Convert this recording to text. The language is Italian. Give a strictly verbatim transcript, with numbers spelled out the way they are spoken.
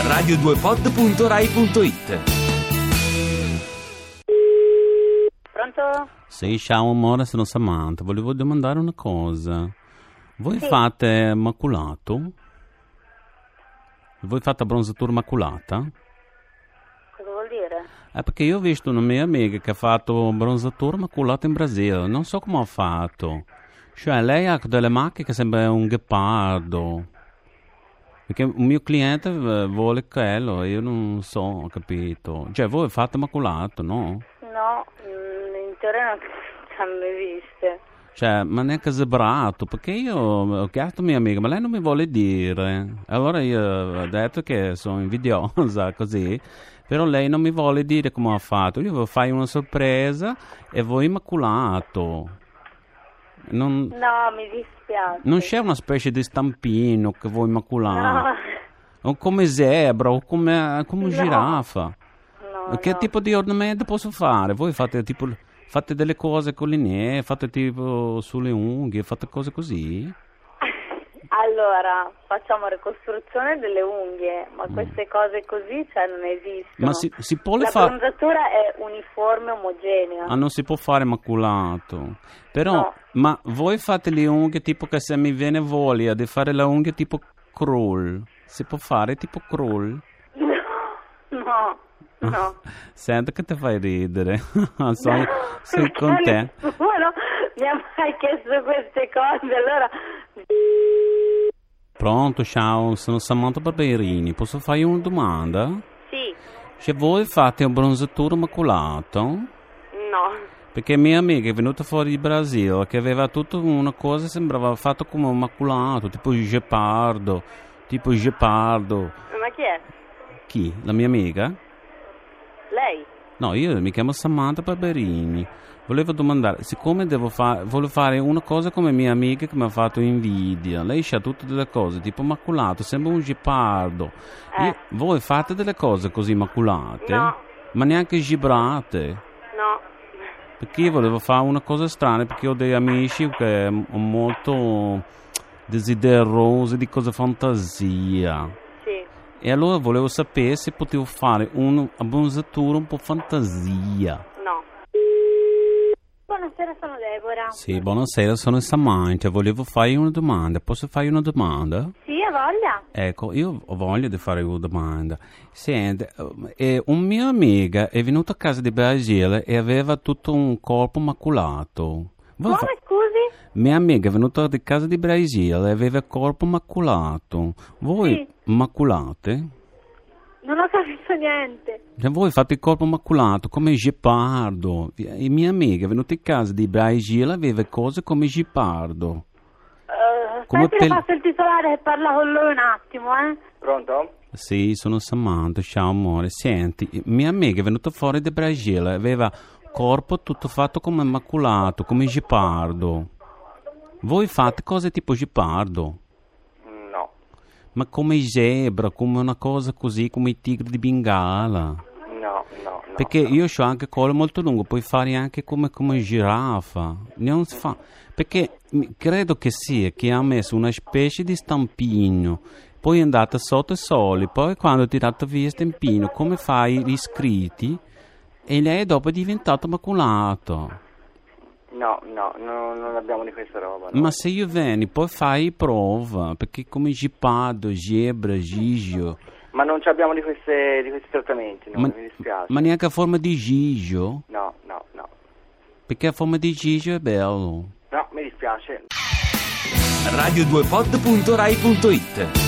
radio due pod punto rai punto it. Pronto? Sì, ciao amore, sono Samantha. Volevo domandare una cosa. Voi Sì. fate maculato? Voi fate bronzatura maculata? Cosa vuol dire? Eh, perché io ho visto una mia amica che ha fatto bronzatura maculata in Brasile. Non so come ha fatto. Cioè, lei ha delle macchie che sembra un ghepardo. Perché un mio cliente eh, vuole quello e io non so, ho capito. Cioè, voi fate maculato, no? No, mm, in teoria non ci hanno mai viste. Cioè, ma neanche zebrato, perché io ho chiesto a mia amica, ma lei non mi vuole dire. Allora io ho detto che sono invidiosa, così, però lei non mi vuole dire come ha fatto. Io vi fai una sorpresa e voi maculato. Non, No, mi dispiace. non c'è una specie di stampino che vuoi maculare? No, O come zebra, o come, come No. giraffa. no, Che no. tipo di ornamento posso fare? Voi fate tipo fate delle cose con le neve, fate tipo sulle unghie, fate cose così? Allora, facciamo ricostruzione delle unghie, ma queste cose così, cioè, non esistono. Ma si, si può le La fare? bronzatura è uniforme, omogenea. Ah, non si può fare maculato. Però, No. ma voi fate le unghie tipo che se mi viene voglia di fare la unghia tipo crawl, si può fare tipo crawl? No, no. Senta che ti fai ridere. sono, sono Perché con te. nessuno mi ha mai chiesto queste cose, allora... Pronto, ciao, sono Samantha Barberini. Posso fare una domanda? Sì, Se voi fate un bronzatura maculato, no. perché mia amica è venuta fuori di Brasile che aveva tutta una cosa, sembrava fatto come un maculato, tipo gepardo, tipo gepardo. Ma chi è? Chi? La mia amica? Lei? No, io mi chiamo Samantha Barberini. Volevo domandare, siccome devo fare, volevo fare una cosa come mia amica che mi ha fatto invidia. Lei c'ha tutte delle cose, tipo maculato, sembra un gepardo. Eh. Io- voi fate delle cose così maculate? No. Ma neanche gibrate? No. Perché io volevo fare una cosa strana, perché ho dei amici che sono molto desiderosi di cose fantasia. Sì. E allora volevo sapere se potevo fare un'abbronzatura un po' fantasia. No. Buonasera, sono Deborah. Sì, buonasera, sono Samantha. Volevo fare una domanda. Posso fare una domanda? Sì, ha voglia? Ecco, io ho voglia di fare una domanda. Senti, eh, un mio amico è venuto a casa di Brasile e aveva tutto un corpo maculato. Voi Come, fa- scusi? Mia amica è venuta a casa di Brasile e aveva il corpo maculato. Voi Sì. maculate? Non ho capito niente. Cioè, voi fate il corpo maculato come gepardo. E mia amica è venuta in casa di Brasile e aveva cose come gepardo. Uh, Come aspetti, pel- le passo il titolare e parla con lui un attimo, eh? Pronto? Sì, sono Samantha, ciao amore. Senti, mia amica è venuta fuori da Brasile, aveva corpo tutto fatto come maculato, come gepardo. Voi fate cose tipo gepardo? No, Ma come zebra, come una cosa così, come i tigri di Bengala. no, no, no. Perché no. io ho anche il collo molto lungo, puoi fare anche come, come giraffa. Non si fa. Perché mi- credo che sia che ha messo una specie di stampino, poi è andata sotto il sole, poi quando ha tirato via il stampino, come fai gli iscritti, e lei dopo è diventato maculato. No, no, no, non abbiamo di questa roba. No. Ma se io venni, poi fai prova, perché come gipardo, zebra, gigio, Ma non ci abbiamo di, queste, di questi trattamenti, no, ma, mi dispiace. ma neanche a forma di gigio, No, no, no. perché a forma di gigio è bello. No, mi dispiace. radio due pod punto rai punto it.